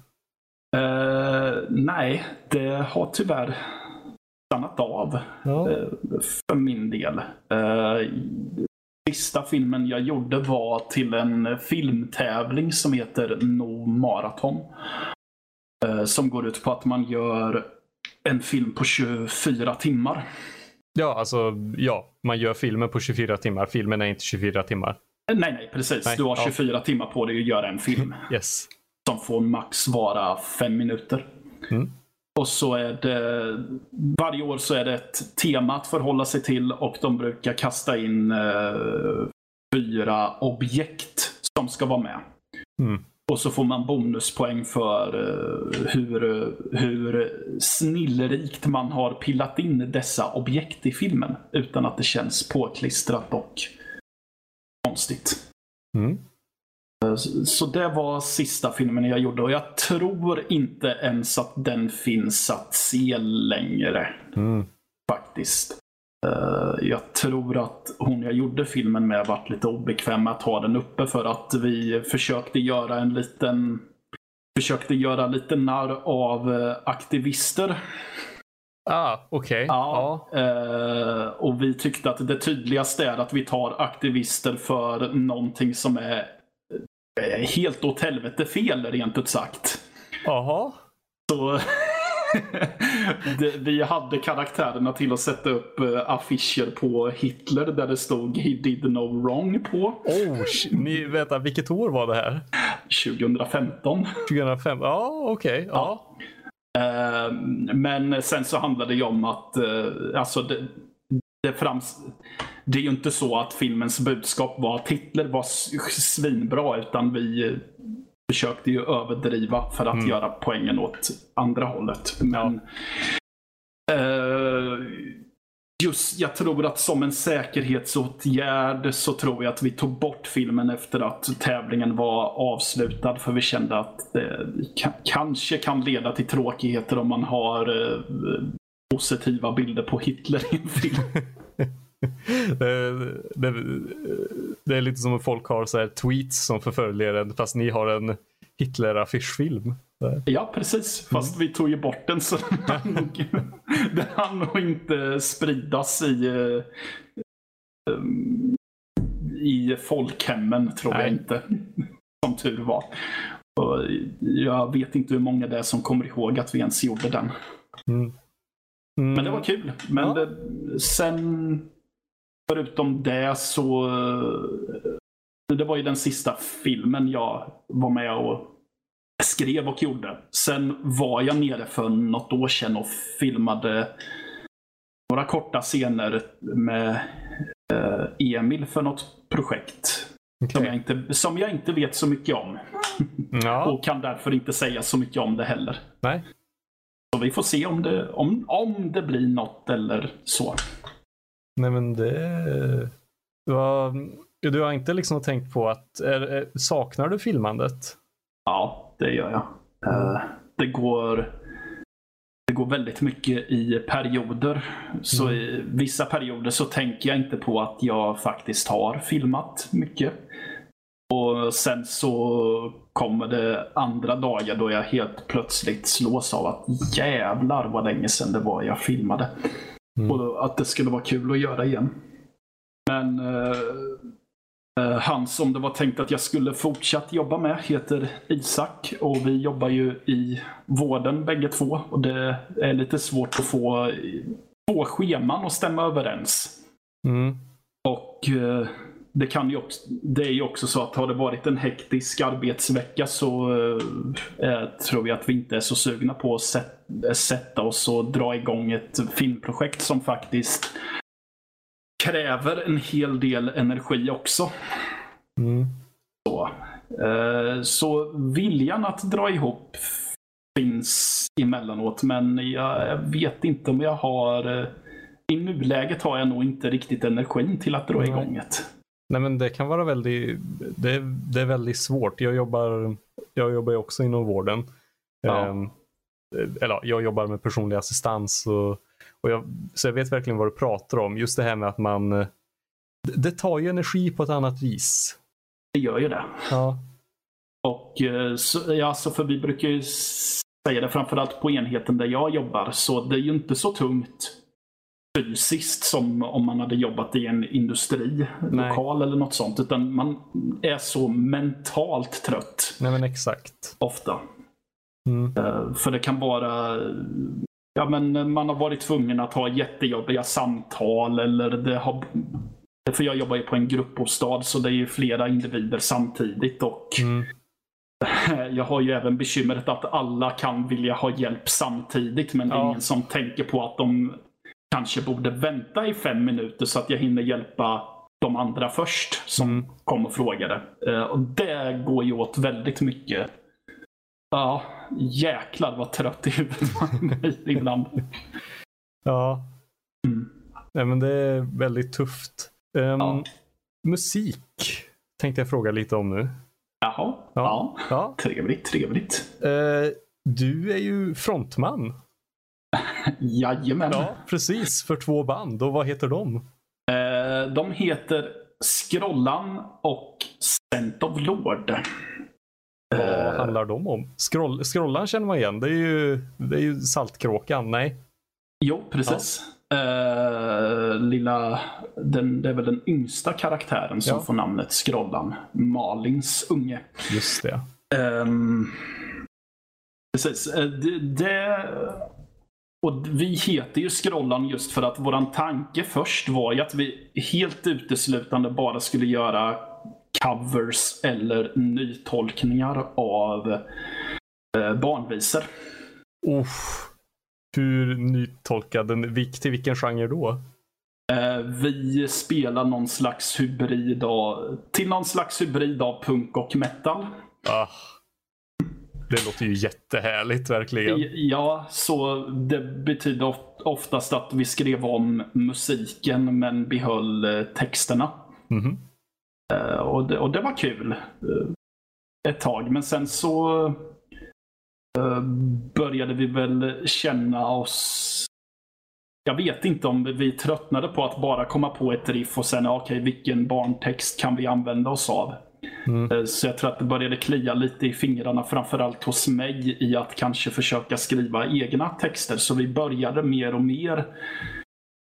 Uh, nej, det har tyvärr stannat av ja. uh, för min del. Uh, sista filmen jag gjorde var till en filmtävling som heter No Marathon. Uh, som går ut på att man gör en film på tjugofyra timmar. Ja, alltså ja, man gör filmen på tjugofyra timmar. Filmen är inte tjugofyra timmar. Nej, nej, precis. Nej, du har tjugofyra ja. timmar på dig att göra en film. Yes. Som får max vara fem minuter. Mm. Och så är det varje år så är det ett tema att förhålla sig till och de brukar kasta in eh, fyra objekt som ska vara med. Mm. Och så får man bonuspoäng för eh, hur, hur snillrikt man har pillat in dessa objekt i filmen utan att det känns påklistrat och konstigt. Mm. Så det var sista filmen jag gjorde och jag tror inte ens att den finns att se längre. Mm. Faktiskt. Jag tror att hon jag gjorde filmen med varit lite obekväm med att ha den uppe för att vi försökte göra en liten försökte göra lite narr av aktivister. Ah, okej. Okay. Ja, ja. Och vi tyckte att det tydligaste är att vi tar aktivister för någonting som är helt åt helvete fel, rent ut sagt. Jaha. Så det, vi hade karaktärerna till att sätta upp affischer på Hitler där det stod He did no wrong på. Oh, ni vet vilket år var det här? tjugohundrafemton. tjugohundrafem. Ja, okej. Okay. Ja. Ja. Uh, men sen så handlade det ju om att uh, alltså det, det frams... Det är ju inte så att filmens budskap var att Hitler var svinbra utan vi försökte ju överdriva för att mm. göra poängen åt andra hållet. Men ja. eh, just jag tror att som en säkerhetsåtgärd så tror jag att vi tog bort filmen efter att tävlingen var avslutad för vi kände att det k- kanske kan leda till tråkigheter om man har eh, positiva bilder på Hitler i en film. Det, det, det är lite som om folk har så här tweets som förföljer en fast ni har en Hitler-affischfilm. Ja, precis. Fast mm. vi tog ju bort den så den hann nog inte spridas i i folkhemmen tror Nej. jag inte. Som tur var. Och jag vet inte hur många det är som kommer ihåg att vi ens gjorde den. Mm. Mm. Men det var kul. Men Ja. det, sen förutom det så det var ju den sista filmen jag var med och skrev och gjorde. Sen var jag nere för något år sedan och filmade några korta scener med eh, Emil för något projekt. Okay. Som jag, inte, som jag inte vet så mycket om. Ja. Och kan därför inte säga så mycket om det heller. Nej. Så vi får se om det, om, om det blir något eller så. Nej men det... Du har, du har inte liksom tänkt på att... Är, är, saknar du filmandet? Ja, det gör jag. Uh, det går... Det går väldigt mycket i perioder. Så Mm. i vissa perioder så tänker jag inte på att jag faktiskt har filmat mycket. Och sen så kommer det andra dagar då jag helt plötsligt slås av att jävlar vad länge sedan det var jag filmade. Mm. Och då, att det skulle vara kul att göra igen. Men uh, uh, han som det var tänkt att jag skulle fortsatt jobba med heter Isak. Och vi jobbar ju i vården bägge två. Och det är lite svårt att få, få scheman att stämma överens. Mm. Och uh, det, kan ju också, det är ju också så att har det varit en hektisk arbetsvecka så uh, tror jag att vi inte är så sugna på att sätta, sätta oss och dra igång ett filmprojekt som faktiskt kräver en hel del energi också. Mm. Så, eh, så viljan att dra ihop finns emellanåt, men jag vet inte om jag har... Eh, I nuläget har jag nog inte riktigt energin till att dra Nej. igång ett. Nej men det kan vara väldigt... Det, det är väldigt svårt. Jag jobbar, jag jobbar ju också inom vården. Ja. Um, eller jag jobbar med personlig assistans och Och jag, så jag vet verkligen vad du pratar om. Just det här med att man... Det, det tar ju energi på ett annat vis. Det gör ju det. Ja. Och så, ja, så för vi brukar ju säga det framförallt på enheten där jag jobbar. Så det är ju inte så tungt fysiskt som om man hade jobbat i en industri, Nej. lokal eller något sånt. Utan man är så mentalt trött. Nej men exakt. Ofta. Mm. För det kan vara... Ja, men man har varit tvungen att ha jättejobbiga samtal eller det har... För jag jobbar ju på en gruppbostad så det är ju flera individer samtidigt och Mm. jag har ju även bekymret att alla kan vilja ha hjälp samtidigt men det är Ja. ingen som tänker på att de kanske borde vänta i fem minuter så att jag hinner hjälpa de andra först som Mm. kom och frågade. Och det går ju åt väldigt mycket. Ja, jäklar vad trött i huvudet man blir ibland. Ja. Mm. Nej men det är väldigt tufft. Um, Ja. Musik tänkte jag fråga lite om nu. Jaha, ja. Ja. Ja. Trevligt, trevligt. Uh, du är ju frontman. Jajamän. Ja, precis. För två band. Och vad heter de? Eh, de heter Scrollan och Scent of Lord. Vad handlar de om? Scroll, scrollan känner man igen. Det är ju, det är ju Saltkråkan. Nej. Jo, precis. Ja. Eh, lilla, den, det är väl den yngsta karaktären som Ja. får namnet Scrollan. Malins unge. Just det. Eh, precis. Eh, det, det, och vi heter ju Scrollan just för att våran tanke först var ju att vi helt uteslutande bara skulle göra covers eller nytolkningar av eh, barnvisor. Uff. Hur nytolkad den? Vilk, till vilken genre då? Eh, vi spelar någon slags hybrid av, till någon slags hybrid av punk och metal. Ah. Det låter ju jättehärligt verkligen. Ja, så det betyder oftast att vi skrev om musiken men behöll eh, texterna. Mm-hmm. Uh, och, det, och det var kul uh, ett tag. Men sen så uh, började vi väl känna oss... Jag vet inte om vi tröttnade på att bara komma på ett riff och sen, okej, okay, vilken barntext kan vi använda oss av? Mm. Uh, så jag tror att det började klia lite i fingrarna, framförallt hos mig, i att kanske försöka skriva egna texter. Så vi började mer och mer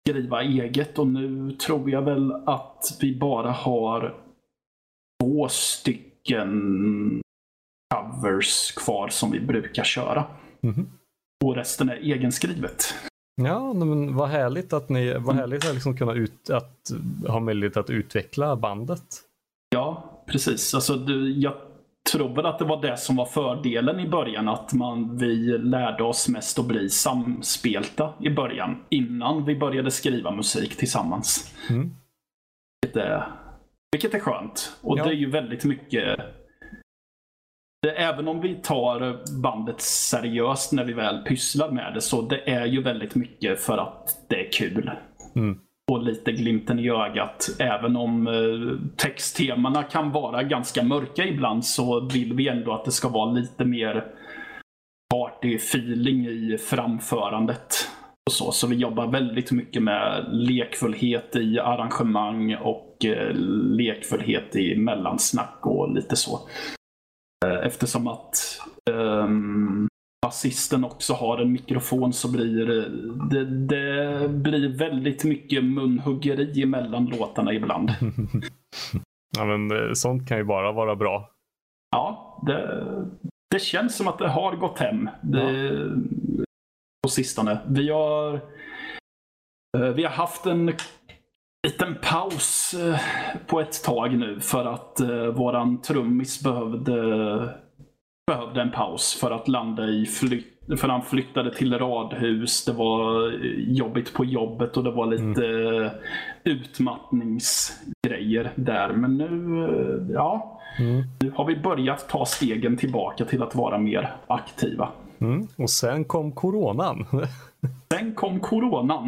skriva eget, och nu tror jag väl att vi bara har två stycken covers kvar som vi brukar köra. Mm. Och resten är egenskrivet. Ja, men vad härligt att ni vad härligt att liksom kunna ut, att ha möjlighet att utveckla bandet. Ja, precis. Alltså, du, jag tror väl att det var det som var fördelen i början, att man, vi lärde oss mest att bli samspelta i början innan vi började skriva musik tillsammans. Mm. Vilket, är, vilket är skönt. Och Ja. det är ju väldigt mycket. Det, även om vi tar bandet seriöst när vi väl pysslar med det, så det är ju väldigt mycket för att det är kul. Mm. Och lite glimten i ögat. Även om eh, texttemana kan vara ganska mörka ibland, så vill vi ändå att det ska vara lite mer party-feeling i framförandet. Och så. så vi jobbar väldigt mycket med lekfullhet i arrangemang och eh, lekfullhet i mellansnack och lite så. Eh, eftersom att ehm, basisten också har en mikrofon, så blir det, det blir väldigt mycket munhuggeri mellan låtarna ibland. Ja, men sånt kan ju bara vara bra. Ja, det, det känns som att det har gått hem det, ja. På sistone. Vi har vi har haft en liten paus på ett tag nu för att våran trummis behövde behövde en paus för att landa i flytt, för han flyttade till radhus. Det var jobbigt på jobbet och det var lite mm. utmattningsgrejer där. Men nu, ja, mm. nu har vi börjat ta stegen tillbaka till att vara mer aktiva. Mm. Och sen kom coronan. Sen kom coronan.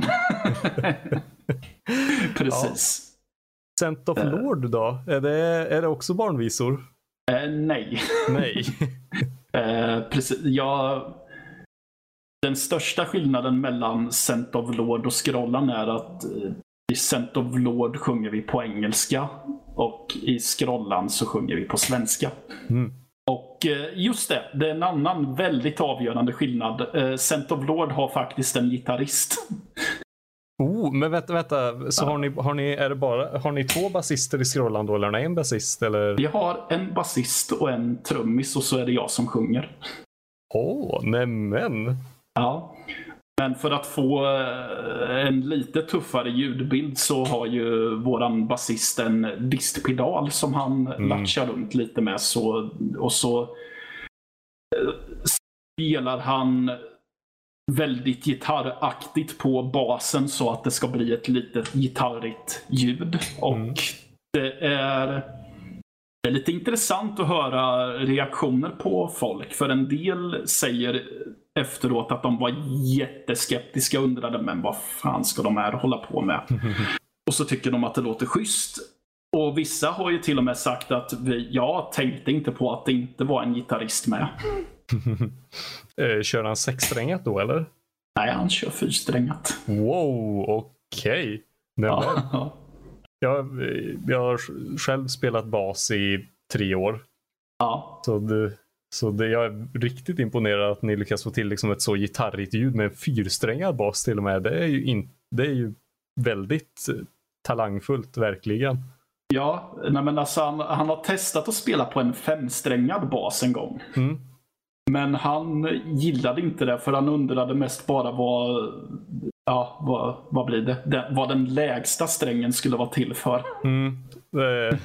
Precis. Ja. Scent of Lord då? Är det, är det också barnvisor? Eh, nej. Nej. eh, precis. Jag, den största skillnaden mellan Scent of Lord och Scrollan är att eh, i Scent of Lord sjunger vi på engelska och i Scrollan så sjunger vi på svenska. Mm. Och eh, just det, det är en annan väldigt avgörande skillnad. Eh, Scent of Lord har faktiskt en gitarrist. Oh, men vänta, vänta. Så ja. har ni, har ni, är det bara, har ni två basister i Scrollan då, eller är det en basist? Eller? Vi har en basist och en trummis, och så är det jag som sjunger. Åh, oh, nämen. Ja, men för att få en lite tuffare ljudbild så har ju våran basist en distpedal som han mm. latchar runt lite med. Så, och så spelar han väldigt gitarraktigt på basen så att det ska bli ett litet gitarrigt ljud. Och mm. det, är, det är lite intressant att höra reaktioner på folk. För en del säger efteråt att de var jätteskeptiska och undrade, men vad fan ska de här hålla på med? Och så tycker de att det låter schysst. Och vissa har ju till och med sagt att vi, jag tänkte inte på att det inte var en gitarrist med. Kör han sexsträngat då, eller? Nej, han kör fyrsträngat. Wow, okej. Okay. Ja. jag, jag har själv spelat bas i tre år. Ja. Så, det, så det, jag är riktigt imponerad att ni lyckas få till liksom ett så gitarrigt ljud med en fyrsträngad bas till och med. Det är ju, in, det är ju väldigt talangfullt, verkligen. Ja, nej men alltså han, han har testat att spela på en femsträngad bas en gång. Mm. Men han gillade inte det, för han undrade mest bara vad, ja, vad, vad blir det? det? Vad den lägsta strängen skulle vara till för. Mm. Det...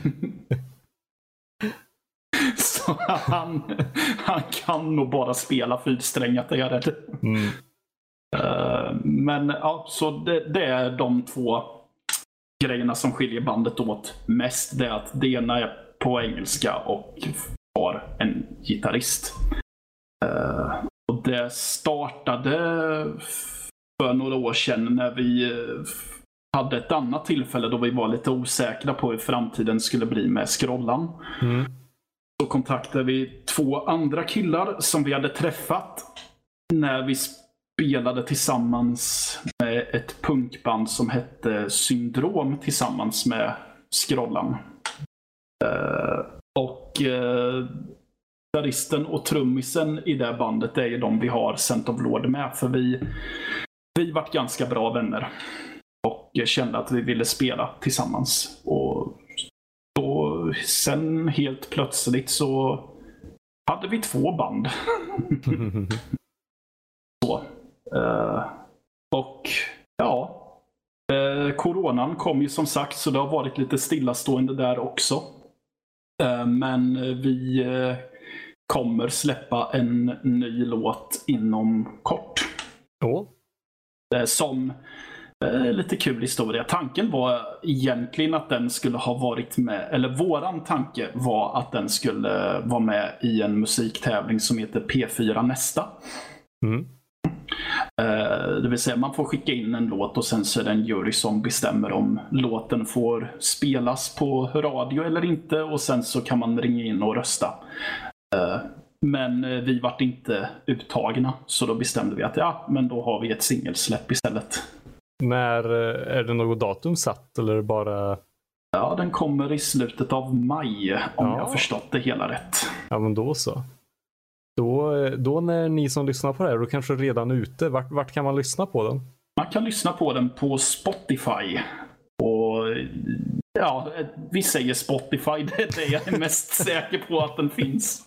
Så han, han kan nog bara spela fyrsträngat, är jag rädd. Mm. Uh, men ja, så det, det är de två grejerna som skiljer bandet åt mest. Det är att det ena är på engelska och har en gitarrist. Uh, och det startade för några år sedan när vi hade ett annat tillfälle då vi var lite osäkra på hur framtiden skulle bli med Scrollan. Mm. Så kontaktade vi två andra killar som vi hade träffat när vi spelade tillsammans med ett punkband som hette Syndrom tillsammans med Scrollan. Uh, och uh, gitarristen och trummisen i det bandet är ju de vi har Scent of Lord med, för vi vi varit ganska bra vänner. och kände att vi ville spela tillsammans. Och då, sen helt plötsligt så hade vi två band. så. Uh, och ja, uh, coronan kom ju som sagt, så det har varit lite stillastående där också. Uh, men vi uh, kommer släppa en ny låt inom kort. Oh. Uh, som uh, lite kul historia. Tanken var egentligen att den skulle ha varit med, eller våran tanke var att den skulle vara med i en musiktävling som heter P fyra Nästa. Mm. Det vill säga man får skicka in en låt och sen så är det en jury som bestämmer om låten får spelas på radio eller inte, och sen så kan man ringa in och rösta. Men vi vart inte uttagna, så då bestämde vi att ja, men då har vi ett singelsläpp istället. När är det något datum satt eller bara? Ja, den kommer i slutet av maj om ja. jag har förstått det hela rätt. Ja, men då så. Då, då när ni som lyssnar på det här, då kanske redan ute. Vart, vart kan man lyssna på den? Man kan lyssna på den på Spotify. Och ja, vi säger Spotify. Det är det jag är mest säker på att den finns.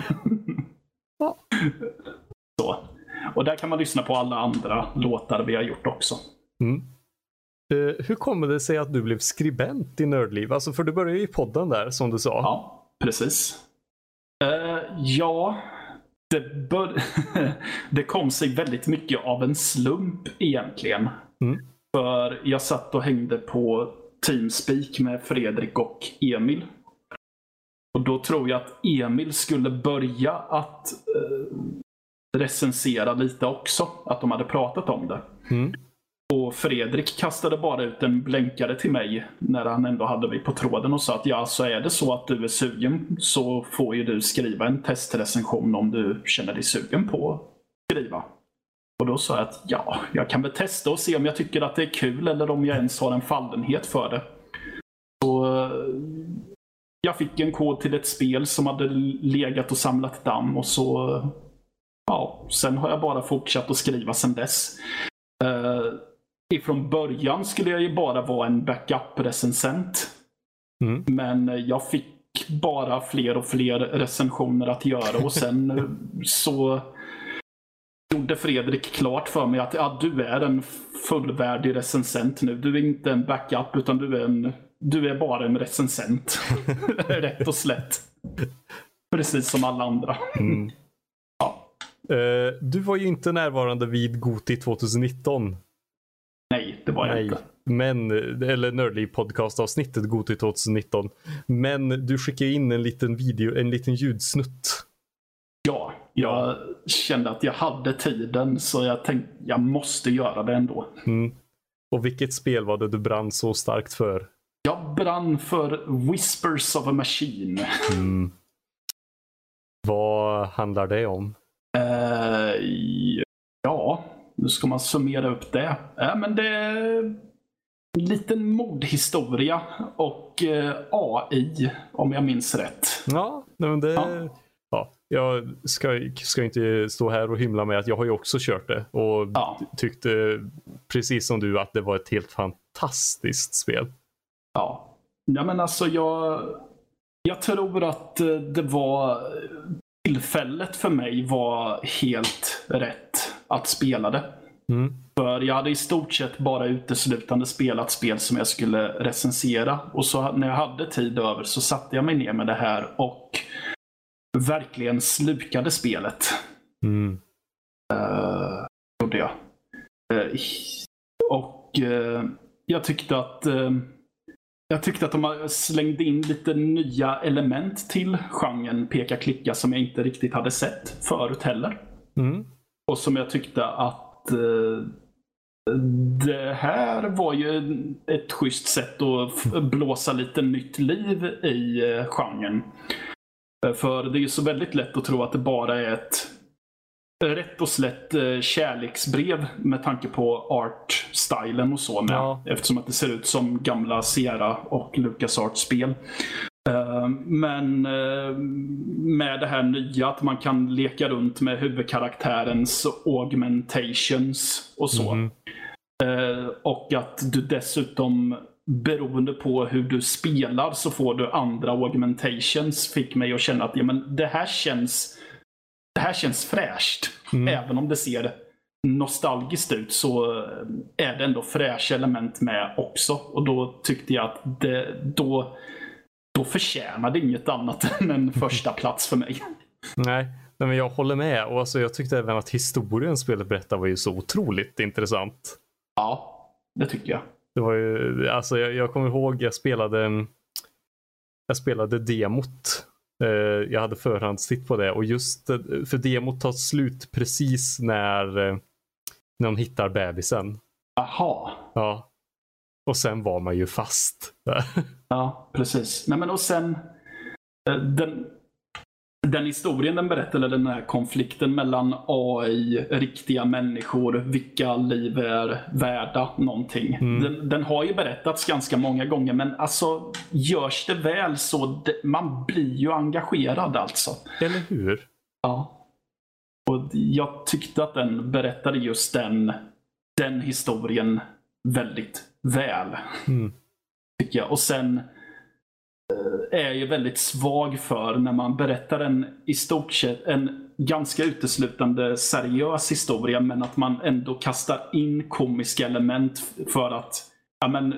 Ja. Så. Och där kan man lyssna på alla andra låtar vi har gjort också. Mm. Uh, hur kommer det sig att du blev skribent i Nördliv? Alltså, för du började ju i podden där, som du sa. Ja, precis. Uh, ja... Det, bör... det kom sig väldigt mycket av en slump egentligen. Mm. För jag satt och hängde på Teamspeak med Fredrik och Emil. Och då tror jag att Emil skulle börja att eh, recensera lite också. Att de hade pratat om det. Mm. Och Fredrik kastade bara ut en blänkare till mig när han ändå hade mig på tråden och sa att ja, så är det så att du är sugen så får ju du skriva en testrecension om du känner dig sugen på att skriva. Och då sa jag att ja, jag kan väl testa och se om jag tycker att det är kul eller om jag ens har en fallenhet för det. Så jag fick en kod till ett spel som hade legat och samlat damm och så ja, sen har jag bara fortsatt att skriva sedan dess. Uh, ifrån början skulle jag ju bara vara en backup-recensent. Mm. Men jag fick bara fler och fler recensioner att göra och sen så gjorde Fredrik klart för mig att ja, du är en fullvärdig recensent nu. Du är inte en backup utan du är, en, du är bara en recensent. Rätt och slätt. Precis som alla andra. Mm. Uh, du var ju inte närvarande vid Goti tjugonitton. Nej, det var jag Nej. inte. Men, eller Nördliv podcast-avsnittet Goti tjugonitton. Men du skickade in en liten video, en liten ljudsnutt. Ja, jag kände att jag hade tiden så jag tänkte jag måste göra det ändå. Mm. Och vilket spel var det du brann så starkt för? Jag brann för Whispers of a Machine. Mm. Vad handlar det om? Uh, ja, nu ska man summera upp det. Uh, men det är en liten mordhistoria och uh, A I, om jag minns rätt. Ja, men det... Ja. Ja, jag ska, ska inte stå här och hymla med att jag har ju också kört det och ja. tyckte precis som du att det var ett helt fantastiskt spel. Ja, ja men alltså jag, jag tror att det var... Tillfället för mig var helt rätt att spela det. Mm. För jag hade i stort sett bara uteslutande spelat spel som jag skulle recensera. Och så när jag hade tid över så satte jag mig ner med det här och verkligen slukade spelet. Mm. Uh, gjorde jag. Uh, och uh, jag tyckte att uh, Jag tyckte att de slängde in lite nya element till genren peka-klicka som jag inte riktigt hade sett förut heller. Mm. Och som jag tyckte att eh, det här var ju ett schysst sätt att blåsa lite nytt liv i eh, genren. För det är ju så väldigt lätt att tro att det bara är ett rätt och slätt eh, kärleksbrev med tanke på art-stylen och så med. Ja. Eftersom att det ser ut som gamla Sierra och LucasArts-spel. Uh, men uh, med det här nya att man kan leka runt med huvudkaraktärens augmentations och så. Mm. Eh, och att du dessutom, beroende på hur du spelar, så får du andra augmentations, fick mig att känna att ja, men det här känns det här känns fräscht. Mm. Även om det ser nostalgiskt ut så är det ändå fräscha element med också. Och då tyckte jag att det, då, då förtjänade inget annat än en första plats för mig. Nej, men jag håller med. Och alltså, jag tyckte även att historien spelet berättade var ju så otroligt intressant. Ja, det tycker jag. Det var ju, alltså jag, jag kommer ihåg, jag spelade jag spelade demot. Uh, jag hade förhandstitt på det. Och just för demot tar slut precis när uh, när de hittar bebisen. Aha. Ja. Och sen var man ju fast. Ja, precis. Nej, men och sen den, den historien den berättar, den här konflikten mellan A I, riktiga människor, vilka liv är värda någonting. Mm. Den, den har ju berättats ganska många gånger, men alltså görs det väl så det, man blir ju engagerad alltså. Eller hur? Ja. Och jag tyckte att den berättade just den, den historien väldigt väl. Mm. Tycker jag. Och sen är jag ju väldigt svag för när man berättar en i stort sett en ganska uteslutande seriös historia, men att man ändå kastar in komiska element för att ja, men,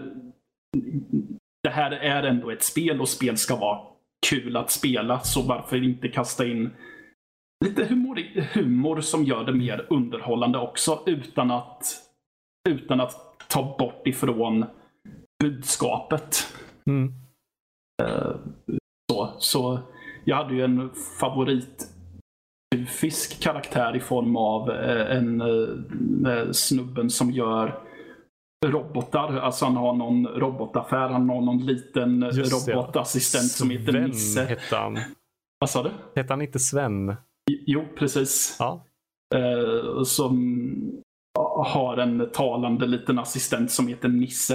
det här är ändå ett spel och spel ska vara kul att spela, så varför inte kasta in lite humor, humor som gör det mer underhållande också, utan att utan att ta bort ifrån budskapet. Mm. Uh, så, så jag hade ju en favorit fisk karaktär i form av uh, en uh, snubben som gör robotar. Alltså han har någon robotaffär, han har någon liten just robotassistent det. Som heter Nisse. Hette han. Vad sa du? Hette han inte Sven? Jo, precis. Ja. Uh, som har en talande liten assistent som heter Nisse.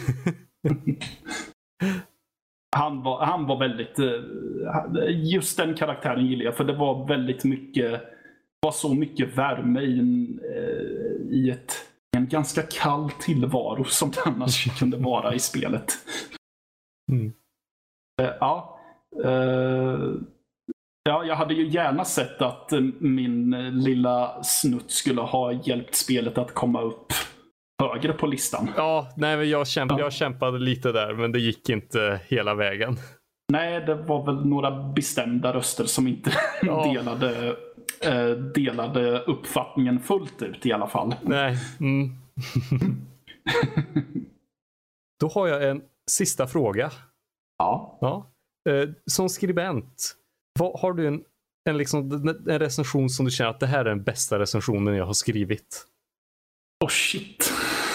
han, var, han var väldigt... Just den karaktären gillar jag, för det var väldigt mycket... var så mycket värme i, en, i ett, en ganska kall tillvaro som det annars kunde vara i spelet. Mm. Ja. Uh, Ja, jag hade ju gärna sett att min lilla snutt skulle ha hjälpt spelet att komma upp högre på listan. Ja, nej, men jag, kämp- ja. jag kämpade lite där, men det gick inte hela vägen. Nej, det var väl några bestämda röster som inte ja. delade, eh, delade uppfattningen fullt ut i alla fall. Nej. Mm. Då har jag en sista fråga. Ja. ja. Eh, som skribent, vad, har du en, en, liksom, en recension som du känner att det här är den bästa recensionen jag har skrivit? Oh shit.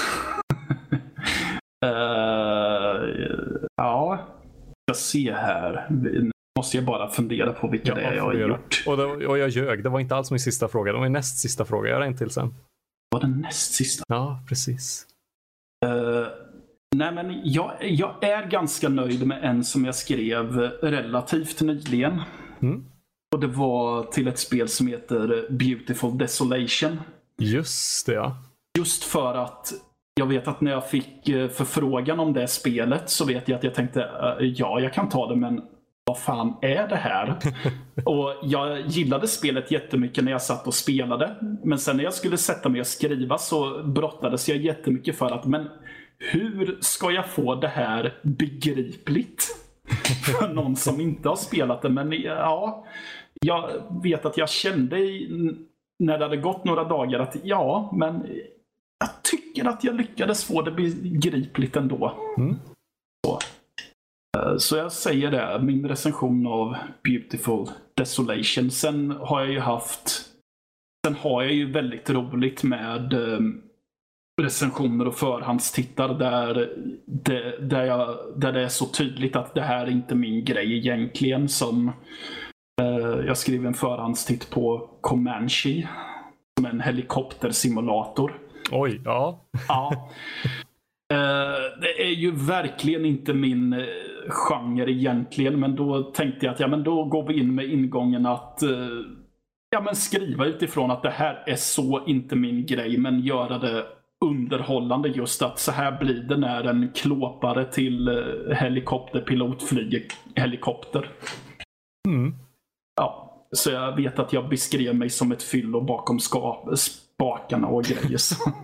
uh, ja, jag ser här. Nu måste jag bara fundera på vilka ja, det är jag har gjort. Och, det, och jag ljög, det var inte alls min sista fråga. Det var min näst sista fråga, jag har en till sen. Var det näst sista? Ja, precis. Uh, nej men jag, jag är ganska nöjd med en som jag skrev relativt nyligen. Mm. Och det var till ett spel som heter Beautiful Desolation. Just det, ja. Just för att jag vet att när jag fick förfrågan om det spelet så vet jag att jag tänkte ja, jag kan ta det, men vad fan är det här? Och jag gillade spelet jättemycket när jag satt och spelade. Men sen när jag skulle sätta mig och skriva så brottades jag jättemycket för att men hur ska jag få det här begripligt för någon som inte har spelat det? Men ja, jag vet att jag kände i, när det hade gått några dagar att ja, men jag tycker att jag lyckades få det begripligt ändå. Mm. Så. Så jag säger det, min recension av Beautiful Desolation. Sen har jag ju haft Sen har jag ju väldigt roligt med recensioner och förhandstittar där det, där, jag, där det är så tydligt att det här är inte min grej egentligen. Som eh, jag skrev en förhandstitt på Comanche, som är en helikoptersimulator. Oj, ja. Ja. Eh, det är ju verkligen inte min eh, genre egentligen, men då tänkte jag att ja, men då går vi in med ingången att eh, ja, men skriva utifrån att det här är så inte min grej, men göra det underhållande just att så här blir det när en klåpare till helikopterpilot flyger helikopter. Mm. Ja, så jag vet att jag beskrev mig som ett fyllo bakom ska- spakarna och grejer.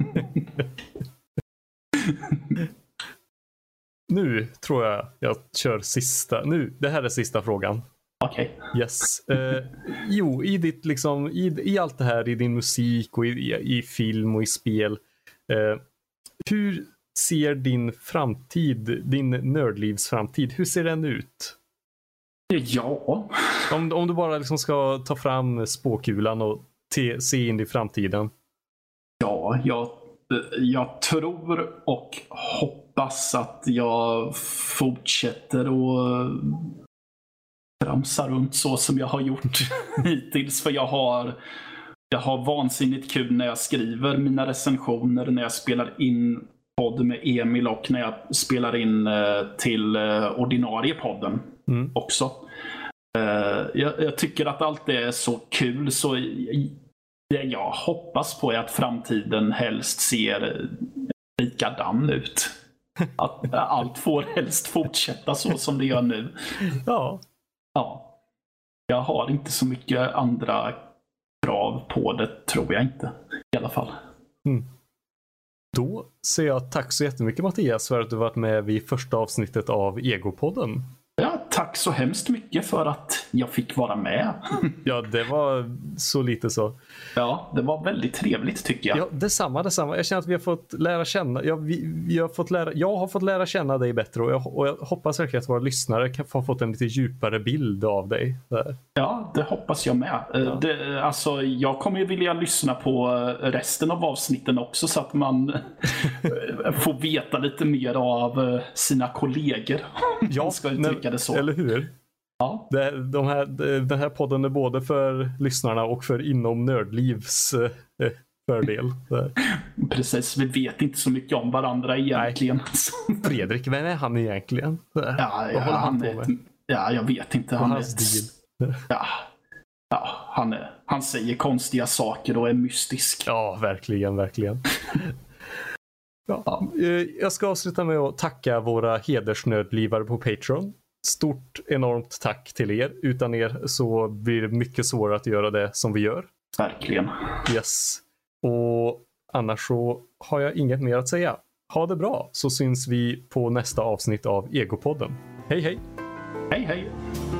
Nu tror jag jag kör sista. Nu, det här är sista frågan. Okej. Okay. Yes. Eh, jo, i ditt liksom i, i allt det här, i din musik och i, i, i film och i spel. Eh, hur ser din framtid, din nördlivsframtid, hur ser den ut? Ja. Om, om du bara liksom ska ta fram spåkulan och te, se in i framtiden. Ja, jag, jag tror och hoppas att jag fortsätter och tramsa runt så som jag har gjort hittills. För jag har, jag har vansinnigt kul när jag skriver mina recensioner, när jag spelar in podd med Emil och när jag spelar in till ordinarie podden mm. också. Jag, jag tycker att allt är så kul, så det jag hoppas på är att framtiden helst ser likadan ut. Att allt får helst fortsätta så som det gör nu. Ja. Ja. Jag har inte så mycket andra krav på det, tror jag inte. I alla fall. Mm. Då säger jag tack så jättemycket, Mattias, för att du varit med vid första avsnittet av Egopodden. Ja, tack så hemskt mycket för att jag fick vara med. Ja, det var så lite så. Ja, det var väldigt trevligt tycker jag. Ja, detsamma, detsamma. Jag känner att vi har fått lära känna, ja, vi, vi har fått lära, jag har fått lära känna dig bättre och jag, och jag hoppas verkligen att våra lyssnare kan få fått en lite djupare bild av dig. Där. Ja, det hoppas jag med. Ja. Det, alltså, jag kommer ju vilja lyssna på resten av avsnitten också så att man får veta lite mer av sina kollegor. Ja, ska uttrycka det så. Eller hur? Ja. Det, de här, den här podden är både för lyssnarna och för inom nördlivs eh, fördel. Precis, vi vet inte så mycket om varandra egentligen. Nej. Fredrik, vem är han egentligen? Ja, ja, han han är, ja, jag vet inte. Han är ett, ja, ja, han, är, han säger konstiga saker och är mystisk. Ja, verkligen, verkligen. Ja. Ja. Jag ska avsluta med att tacka våra hedersnördlivare på Patreon. Stort, enormt tack till er. Utan er så blir det mycket svårare att göra det som vi gör. Verkligen. Yes. Och annars så har jag inget mer att säga. Ha det bra, så syns vi på nästa avsnitt av Egopodden. Hej hej! Hej hej!